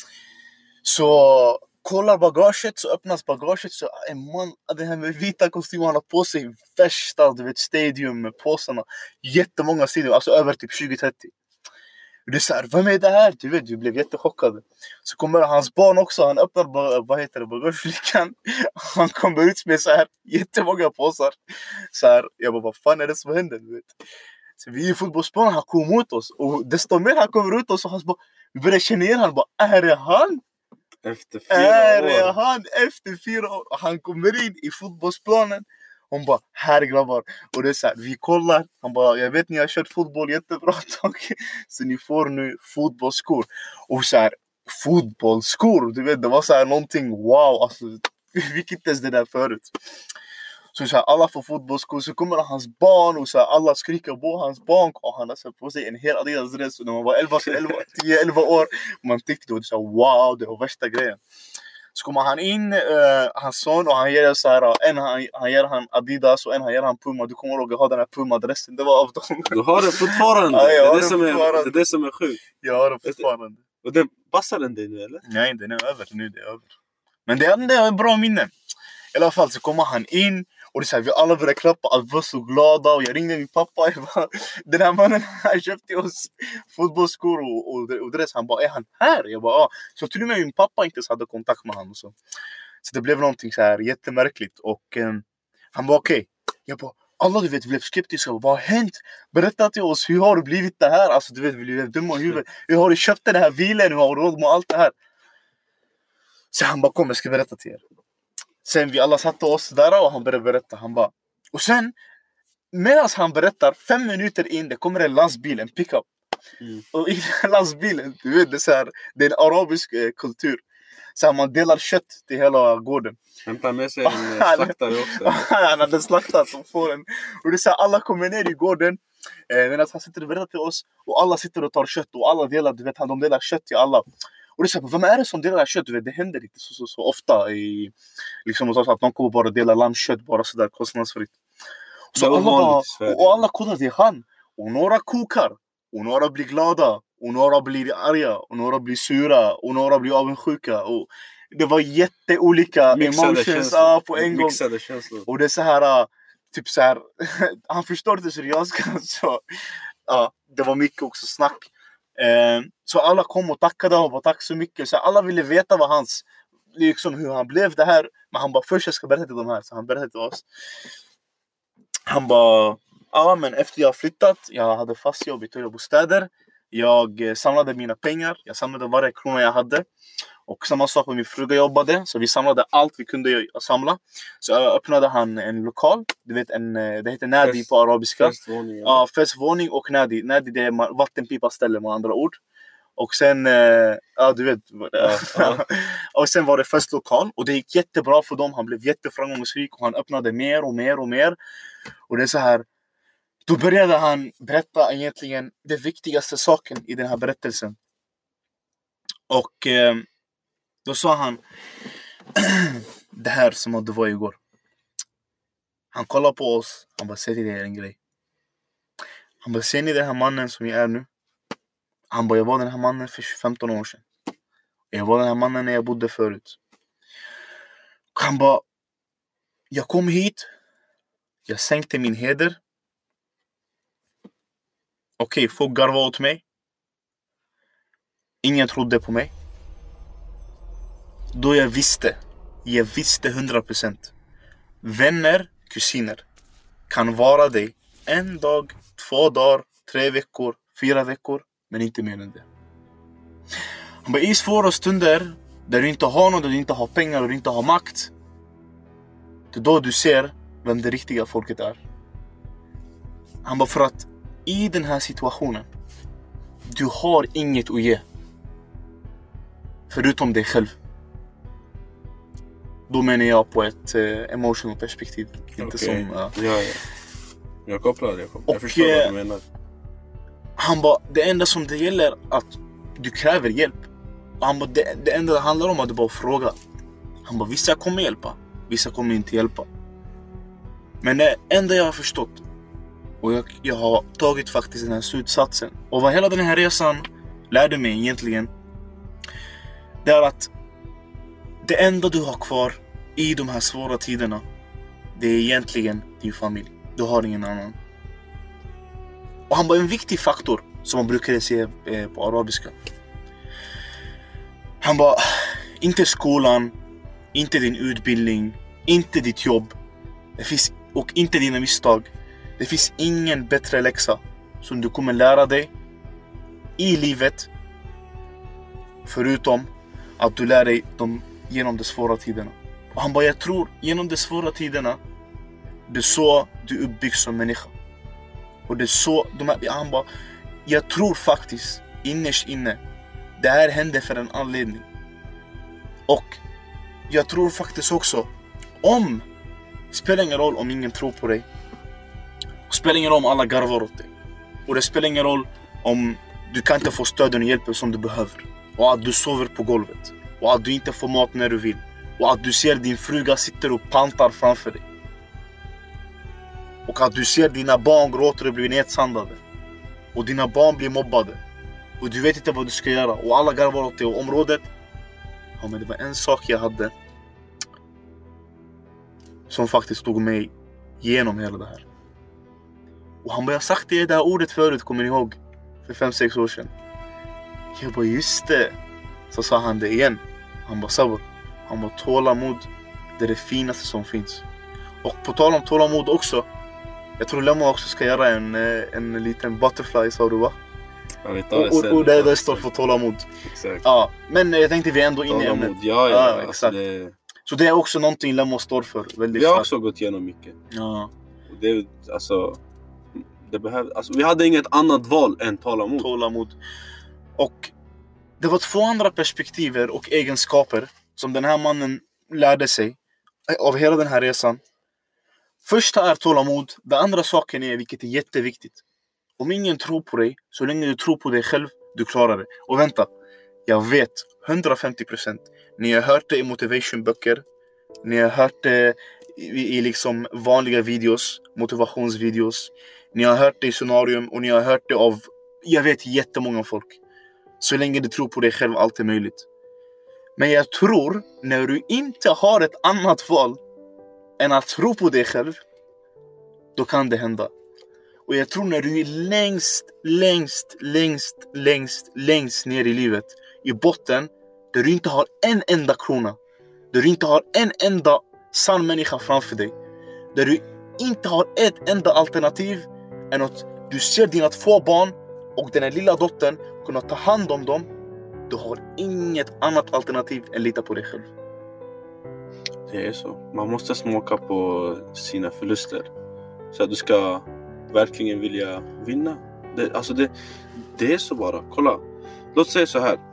Så kollar bagaget, så öppnas bagaget, så en man, den här med vita kostymen, han har på sig värsta, du vet, stadium med påsarna. Jättemånga stadium, alltså över typ 20-30. Det är såhär, vem är det här? Du vet, vi blev jättechockade. Så kommer hans barn också, han öppnar bagagefickan. Han kommer ut med så här jättemånga påsar. Så här, jag bara, vad fan är det som händer? Du vet. Så vi är i fotbollsplanen, han kommer mot oss. Och desto mer han kommer ut oss, och vi börjar känna igen han. Bara, är det han? Efter 4 år. Är det han? Efter 4 år. Och han kommer in i fotbollsplanen. Hon bara, här grabbar. Och det är så här, vi kollar. Han bara, jag vet ni har kört fotboll jättebra tag. Så ni får nu fotbollsskor. Och så här, fotbollsskor. Du vet, det var så här någonting, wow. Alltså, vi fick inte ens det där förut. Så här, alla får fotbollsskor. Så kommer hans barn och så här, alla skriker på hans barn. Och han har så på sig en hel Adidas dress. Och när man var 10-11 år. Man tyckte då, så här, wow, det var värsta grejen. Så kommer han in, hans son, och han ger så här, han ger han Adidas och en han ger han Puma. Du kommer ihåg att ha den här Puma-dressen, det var av dem. Du har det fortfarande? Ja, det är det som är sjukt. Jag har det fortfarande. Och det passar den dig nu, eller? Nej, den är över nu, det är över. Men det är en bra minne. I alla fall så kommer han in. Och det är så här, vi alla började klappa, alla var så glada. Och jag ringde min pappa. Den här mannen, han köpte oss fotbollsskor och dress. Han bara, är han här? Jag bara, ja. Så till och med min pappa inte hade kontakt med honom. Så det blev någonting så här jättemärkligt. Och han bara, okej. Jag bara, alla du vet, blev skeptiska. Vad har hänt? Berätta till oss, hur har det blivit det här? Alltså du vet, vi blev dumma i huvudet. Hur har du köpt den här bilen? Hur har du råd med allt det här? Så han bara, kom, jag ska berätta till er. Sen vi alla satte oss där och han började berätta. Han bara, och sen medan han berättar 5 minuter in, det kommer en lastbil, en pickup. Och i den lastbilen, du vet, det är en arabisk kultur. Så man delar kött till hela gården. Han tar med sig en slaktare också. Han hade slaktat som får en. Och det är så här, alla kommer ner i gården. Medan han sitter och berättar till oss. Och alla sitter och tar kött. Och alla delar, du vet, de delar kött till alla. Och det är så här, vem är det som delar kött? Du vet, det händer inte så ofta. Liksom så att de kommer bara dela lammkött. Bara sådär kostnadsfritt. Så alla kollar, det är han. Och några kokar. Och några blir glada. Och några blir arga. Och några blir sura. Och några blir avundsjuka. Och det var jätteolika emotions på en gång. Och det är så här, typ så här. Han förstår det syrianska. Så det var mycket också snack. Så alla kom och tackade och tack så mycket. Så alla ville veta vad hans, liksom hur han blev det här. Men han bara, först jag ska berätta till de här. Så han berättade till oss. Han bara, Ja, men efter jag flyttat, jag hade fast jobb i Töja bostäder. Jag samlade mina pengar, jag samlade varje krona jag hade. Och samma sak med min fruga jobbade, så vi samlade allt vi kunde samla. Så jag öppnade han en lokal, du vet det heter Nadi på arabiska. Festvåning. Ja, festvåning och Nadi. Nadi det är vattenpipa ställe med andra ord. Och sen, ja du vet. Och sen var det festlokal och det gick jättebra för dem. Han blev jätteframgångsrik och han öppnade mer och mer och mer. Och det är så här. Då började han berätta egentligen det viktigaste saken i den här berättelsen. Och då sa han det här som att det var igår. Han kollade på oss. Han bara, säg till dig en grej. Han bara, ser ni den här mannen som jag är nu? Han bara, jag var den här mannen för 15 år sedan. Jag var den här mannen när jag bodde förut. Och han bara, jag kom hit. Jag sänkte min heder. Okej, folk garva åt mig. Ingen trodde på mig. Då jag visste 100%. Vänner, kusiner kan vara dig en dag, 2 dagar, 3 veckor, 4 veckor, men inte mer än det. Han bara, i svåra stunder där du inte har något, där du inte har pengar och du inte har makt, det är då du ser vem det riktiga folket är. Han bara, för att i den här situationen du har inget att ge förutom dig själv. Då menar jag på ett emotional perspektiv. Inte som... Ja. Jag kopplar. Jag förstår vad du menar. Han bara, det enda som det gäller att du kräver hjälp. Och han bara, det enda det handlar om att du bara frågar. Han bara, vissa kommer hjälpa. Vissa kommer inte hjälpa. Men det enda jag har förstått. Och jag har tagit faktiskt den här slutsatsen. Och vad hela den här resan lärde mig egentligen. Det är att det enda du har kvar i de här svåra tiderna, det är egentligen din familj. Du har ingen annan. Och han var en viktig faktor som man brukade se på arabiska. Han bara, inte skolan, inte din utbildning, inte ditt jobb. Och inte dina misstag. Det finns ingen bättre läxa som du kommer lära dig i livet förutom att du lär dig dem genom de svåra tiderna. Och han bara, jag tror genom de svåra tiderna det är så du uppbyggs som människa. Och det är så han bara, jag tror faktiskt innerst inne det här hände för en anledning. Och jag tror faktiskt också spelar ingen roll om ingen tror på dig. Spelar ingen roll om alla garvar åt dig. Och det spelar ingen roll om du kan inte få stöden och hjälpen som du behöver. Och att du sover på golvet. Och att du inte får mat när du vill. Och att du ser din fruga sitter och pantar framför dig. Och att du ser dina barn gråter och blir nedsandade. Och dina barn blir mobbade. Och du vet inte vad du ska göra. Och alla garvar åt dig och området. Ja, men det var en sak jag hade som faktiskt tog mig igenom hela det här. Och han bara, jag sagt det här ordet förut, kommer ni ihåg? För 5-6 år sedan. Jag bara, just det. Så sa han det igen. Han bara, sabr. Han bara, tålamod. Det är det finaste som finns. Och på tal om tålamod också. Jag tror Lemma också ska göra en liten butterfly, sa du va? Ja, vi tar det sen. Och det står för tålamod. Exakt. Ja, men jag tänkte vi är ändå inne i ämnet. Ja, exakt. Så det är också någonting Lemma står för. Väldigt vi har starkt. också gått igenom mycket. Ja. Och det, alltså, vi hade inget annat val än tålamod. Och det var 2 andra perspektiver och egenskaper som den här mannen lärde sig av hela den här resan. Första är tålamod. Den andra saken är, vilket är jätteviktigt. Om ingen tror på dig, så länge du tror på dig själv, du klarar det. Och vänta, jag vet 150%. Ni har hört det i motivationböcker. Ni har hört det i liksom vanliga videos, motivationsvideos. Ni har hört det i scenarium och ni har hört det av, jag vet, jättemånga folk. Så länge du tror på dig själv, allt är möjligt. Men jag tror, när du inte har ett annat val än att tro på dig själv, då kan det hända. Och jag tror när du är längst ner i livet, i botten, där du inte har en enda krona, där du inte har en enda sann människa framför dig, där du inte har ett enda alternativ än att du ser dina 2 barn och den här lilla dottern kunna ta hand om dem. Du har inget annat alternativ än lita på dig själv. Det är så. Man måste smaka på sina förluster. Så att du ska verkligen vilja vinna. Det är så bara. Kolla. Låt säga så här.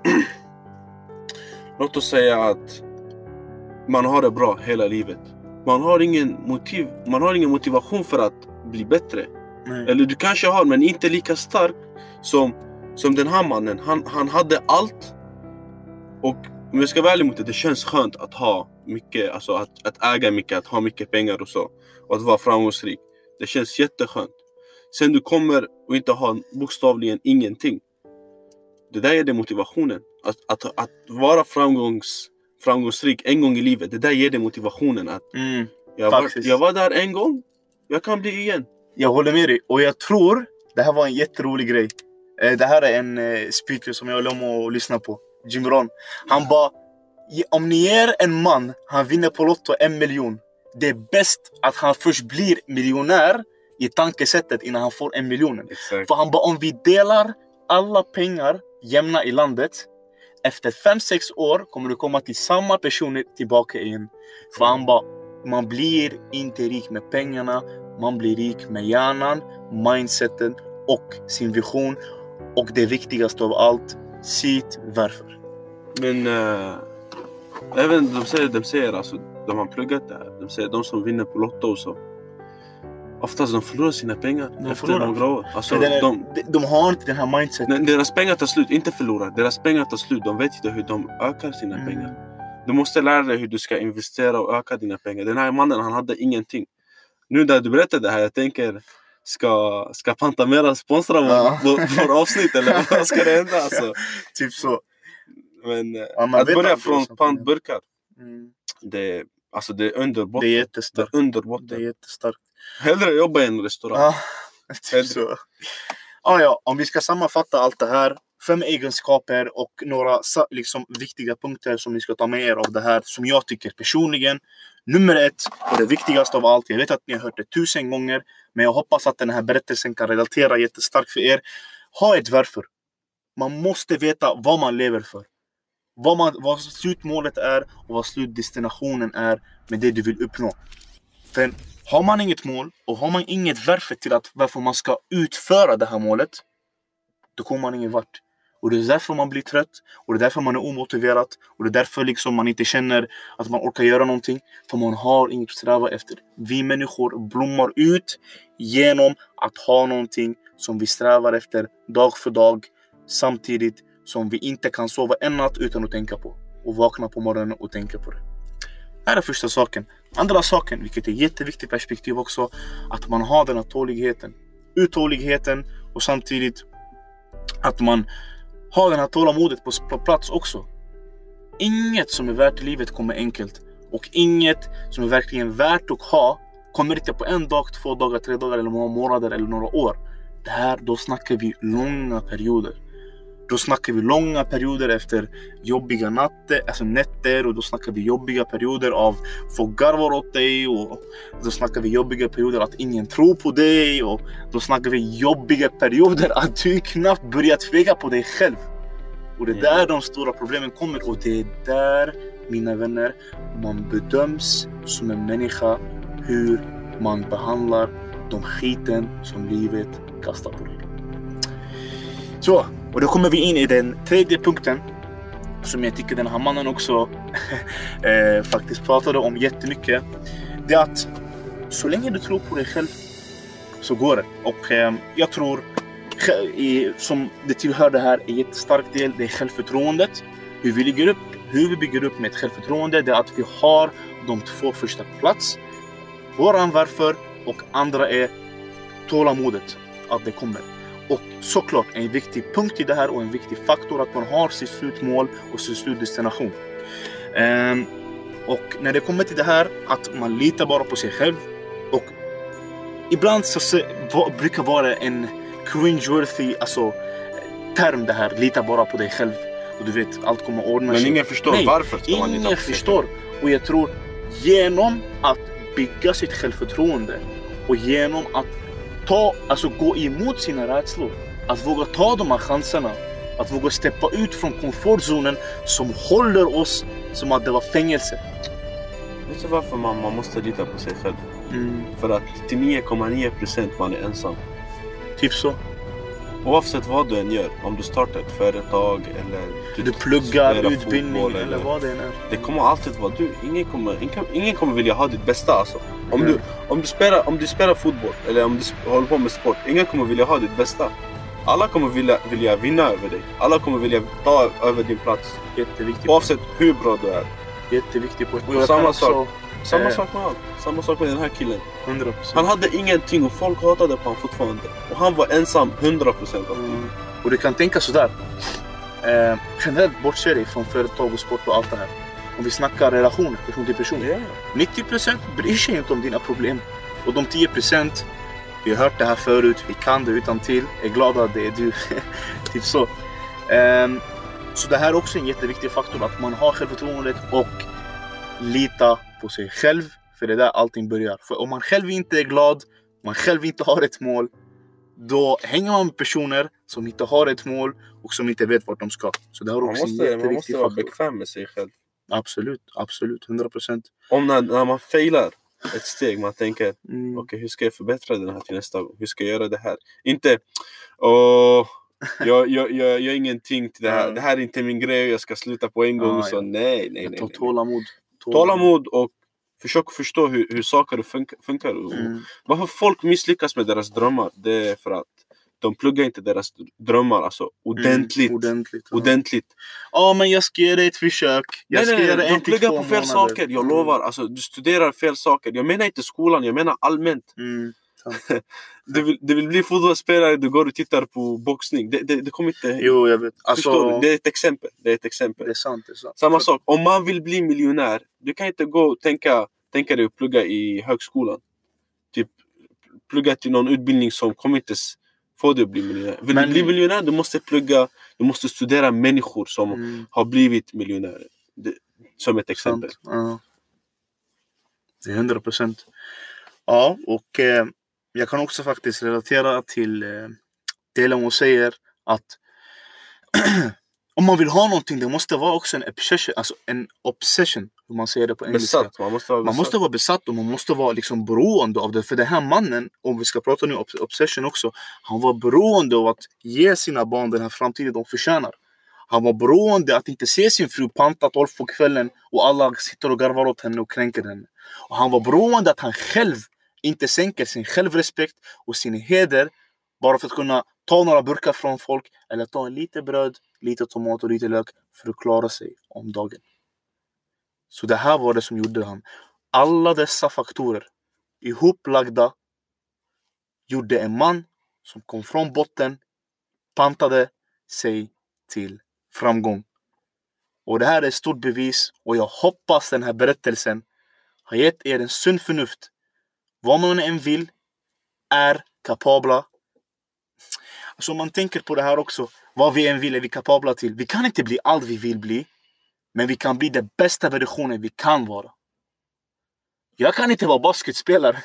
Låt oss säga att man har det bra hela livet. Man har ingen motivation för att bli bättre. Nej. Eller du kanske har, men inte lika stark som den här mannen. Han hade allt. Och om jag ska vara ärlig mot det känns skönt att ha mycket, alltså att äga mycket, att ha mycket pengar och så. Och att vara framgångsrik. Det känns jätteskönt. Sen du kommer och inte har bokstavligen ingenting. Det där är det motivationen. Att vara framgångsrik en gång i livet. Det där ger det motivationen. Att jag var där en gång. Jag kan bli igen. Jag håller med dig. Och jag tror, det här var en jätterolig grej. Det här är en speaker som jag håller om att lyssna på. Jim Rohn. Han bara, om ni ger en man, han vinner på Lotto 1 miljon. Det är bäst att han först blir miljonär i tankesättet innan han får 1 miljon. Exakt. För han bara, om vi delar alla pengar jämna i landet, efter 5-6 år kommer du komma till samma personer tillbaka igen. För han bara, man blir inte rik med pengarna, man blir rik med hjärnan, mindseten och sin vision. Och det viktigaste av allt, sitt varför. Men även de säger alltså, de har pluggat det här. De säger de som vinner på Lotto och så. Oftast de förlorar sina pengar efter några år. Alltså, de har inte den här mindseten. Deras pengar tar slut, inte förlorar. Deras pengar tar slut. De vet inte hur de ökar sina pengar. Du måste lära dig hur du ska investera och öka dina pengar. Den här mannen, han hade ingenting. Nu när du berättar det här, jag tänker, ska Pantamera sponsra vår avsnitt eller vad ska det hända alltså? Typ så. Men att börja från pantburkar, det är under botten. Det är jättestarkt. Det är jättestarkt. Hellre jobba i en restaurang. Ja, typ så. Ja, om vi ska sammanfatta allt det här. 5 egenskaper och några liksom viktiga punkter som ni ska ta med er av det här. Som jag tycker personligen. Nummer 1 och det viktigaste av allt. Jag vet att ni har hört det 1000 gånger. Men jag hoppas att den här berättelsen kan relatera jättestarkt för er. Ha ett varför. Man måste veta vad man lever för. Vad slutmålet är och vad slutdestinationen är med det du vill uppnå. För har man inget mål och har man inget varför till varför man ska utföra det här målet, då kommer man ingen vart. Och det är därför man blir trött. Och det är därför man är omotiverad. Och det är därför liksom man inte känner att man orkar göra någonting. För man har inget att sträva efter. Vi människor blommar ut genom att ha någonting som vi strävar efter dag för dag. Samtidigt som vi inte kan sova en natt utan att tänka på. Och vakna på morgonen och tänka på det. Det här är första saken. Andra saken, vilket är jätteviktigt perspektiv också. Att man har den här tåligheten. Uthålligheten och samtidigt att man har den här tålamodet på plats också. Inget som är värt i livet kommer enkelt. Och inget som är verkligen värt att ha kommer inte på 1 dag, 2 dagar, 3 dagar eller några månader eller några år. Det här, då snackar vi långa perioder. Då snackar vi långa perioder efter jobbiga nätter. Och då snackar vi jobbiga perioder av folk garvar åt dig. Och då snackar vi jobbiga perioder att ingen tror på dig. Och då snackar vi jobbiga perioder att du knappt börjar tveka på dig själv. Och det är där de stora problemen kommer. Och det är där, mina vänner, man bedöms som en människa. Hur man behandlar de skiten som livet kastar på dig. Så, och då kommer vi in i den 3:e punkten. Som jag tycker den här mannen också faktiskt pratade om jättemycket. Det är att så länge du tror på dig själv så går det. Och jag tror som det tillhör det här är jättestark del. Det är självförtroendet. Hur vi bygger upp med ett självförtroende. Det är att vi har de 2 första på plats. Våran varför och andra är tålamodet. Att det kommer. Och såklart en viktig punkt i det här och en viktig faktor att man har sitt slutmål och sin slutdestination. Och när det kommer till det här att man litar bara på sig själv. Och ibland så brukar vara en cringeworthy term det här. Lita bara på dig själv. Och du vet, allt kommer ordna sig. Men ingen förstår varför ska man lita på sig. Ingen förstår. Och jag tror genom att bygga sitt självförtroende och genom att gå emot sina rädslor. Att våga ta de här chanserna. Att våga steppa ut från komfortzonen som håller oss som att det var fängelse. Vet du varför man måste lita på sig själv? För att till 9,9% man är ensam. Typ så. Oavsett vad du än gör, om du startar ett företag eller du pluggar, utbildning fotboll, eller vad det än är. Det kommer alltid vara du. Ingen kommer vilja ha ditt bästa alltså. Om du spelar fotboll eller om du håller på med sport, ingen kommer vilja ha ditt bästa. Alla kommer vilja vinna över dig. Alla kommer vilja ta över din plats. Jätteviktigt. Oavsett hur bra du är. Jätteviktigt på Samma sak med allt. Samma sak med den här killen. 100%. Han hade ingenting och folk hatade på honom fortfarande. Och han var ensam 100% av tiden. Och du kan tänka sådär. Generellt bortser dig från företag och sport och allt det här. Om vi snackar relationer, person till person. 90% bryr sig inte om dina problem. Och de 10%, vi har hört det här förut, vi kan det utan till. Är glada att det är du. Typ så. Så det här är också en jätteviktig faktor. Att man har självförtroendet och lita på sig själv. För det är där allting börjar. För om man själv inte är glad, om man själv inte har ett mål, då hänger man med personer som inte har ett mål och som inte vet vart de ska. Så det har också en jätteviktig faktor. Man måste vara bekväm med sig själv. Absolut, 100%. Om när man failar ett steg, man tänker okej, hur ska jag förbättra den här till nästa gång? Hur ska jag göra det här? Inte, jag gör ingenting till det här. Det här är inte min grej, jag ska sluta på en gång. Så nej. Ta Tålamod och försök förstå hur saker funkar. Varför folk misslyckas med deras drömmar, det är för att de pluggar inte deras drömmar alltså ordentligt. Ja, men jag ska göra ett försök. De pluggar på fel saker, jag lovar. Alltså, du studerar fel saker. Jag menar inte skolan, jag menar allmänt. Du vill bli fotbollsspelare, du går och tittar på boxning. Det kommer inte... Jo, jag vet. Förstår du? Det är ett exempel. Det är sant. Samma sak, om man vill bli miljonär, du kan inte gå och tänka dig att plugga i högskolan. Typ, plugga till någon utbildning som kommer inte få dig att bli miljonär. Vill du bli miljonär, du måste plugga, du måste studera människor som har blivit miljonärer. Som ett exempel. Det är 100%. Ja, och jag kan också faktiskt relatera till det Lemo säger att om man vill ha någonting, det måste vara också en obsession, hur man säger det på engelska. Man måste vara besatt och man måste vara liksom beroende av det. För den här mannen, om vi ska prata nu om obsession också, han var beroende av att ge sina barn den här framtiden de förtjänar. Han var beroende att inte se sin fru panta 12 på kvällen och alla sitter och garvar åt henne och kränker henne. Och han var beroende att han själv inte sänker sin självrespekt och sin heder bara för att kunna ta några burkar från folk eller ta en lite bröd, lite tomat och lite lök för att klara sig om dagen. Så det här var det som gjorde han. Alla dessa faktorer ihoplagda gjorde en man som kom från botten, pantade sig till framgång. Och det här är ett stort bevis och jag hoppas den här berättelsen har gett er en sund förnuft. Vad man än vill är kapabla. Alltså om man tänker på det här också, vad vi än vill är vi kapabla till. Vi kan inte bli allt vi vill bli, men vi kan bli den bästa versionen vi kan vara. Jag kan inte vara basketspelare,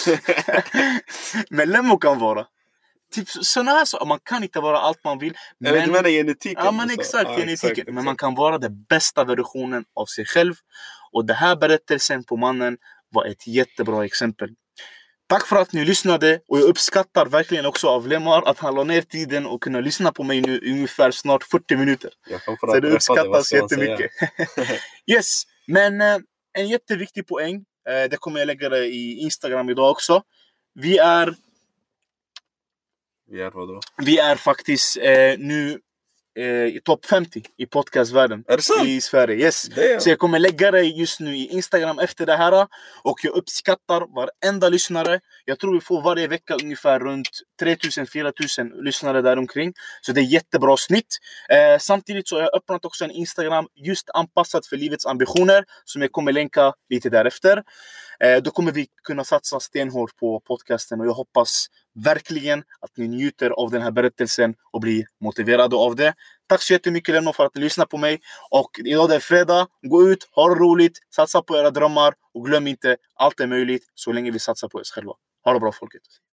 men Lemo kan vara. Typ sådana här saker, man kan inte vara allt man vill. Men du menar genetiken? Ja, men exakt, genetiken. Exakt. Men man kan vara den bästa versionen av sig själv. Och det här berättelsen på mannen var ett jättebra exempel. Tack för att ni lyssnade och jag uppskattar verkligen också av Lemar att han la ner tiden och kunna lyssna på mig nu ungefär snart 40 minuter. Så det uppskattas jättemycket. Yes, men en jätteviktig poäng. Det kommer jag lägga det i Instagram idag också. Vi är faktiskt nu i topp 50 i podcastvärlden i Sverige. Yes. Så jag kommer lägga det just nu i Instagram efter det här. Och jag uppskattar varenda lyssnare. Jag tror vi får varje vecka ungefär runt 3000-4000 lyssnare där omkring. Så det är jättebra snitt. Samtidigt så har jag öppnat också en Instagram just anpassat för livets ambitioner, som jag kommer länka lite därefter. Då kommer vi kunna satsa stenhårt på podcasten och jag hoppas verkligen att ni njuter av den här berättelsen och blir motiverade av det. Tack så jättemycket Lemo för att ni lyssnar på mig. Och idag är det fredag. Gå ut, ha det roligt, satsa på era drömmar och glöm inte, allt är möjligt så länge vi satsar på oss själva. Ha det bra folket.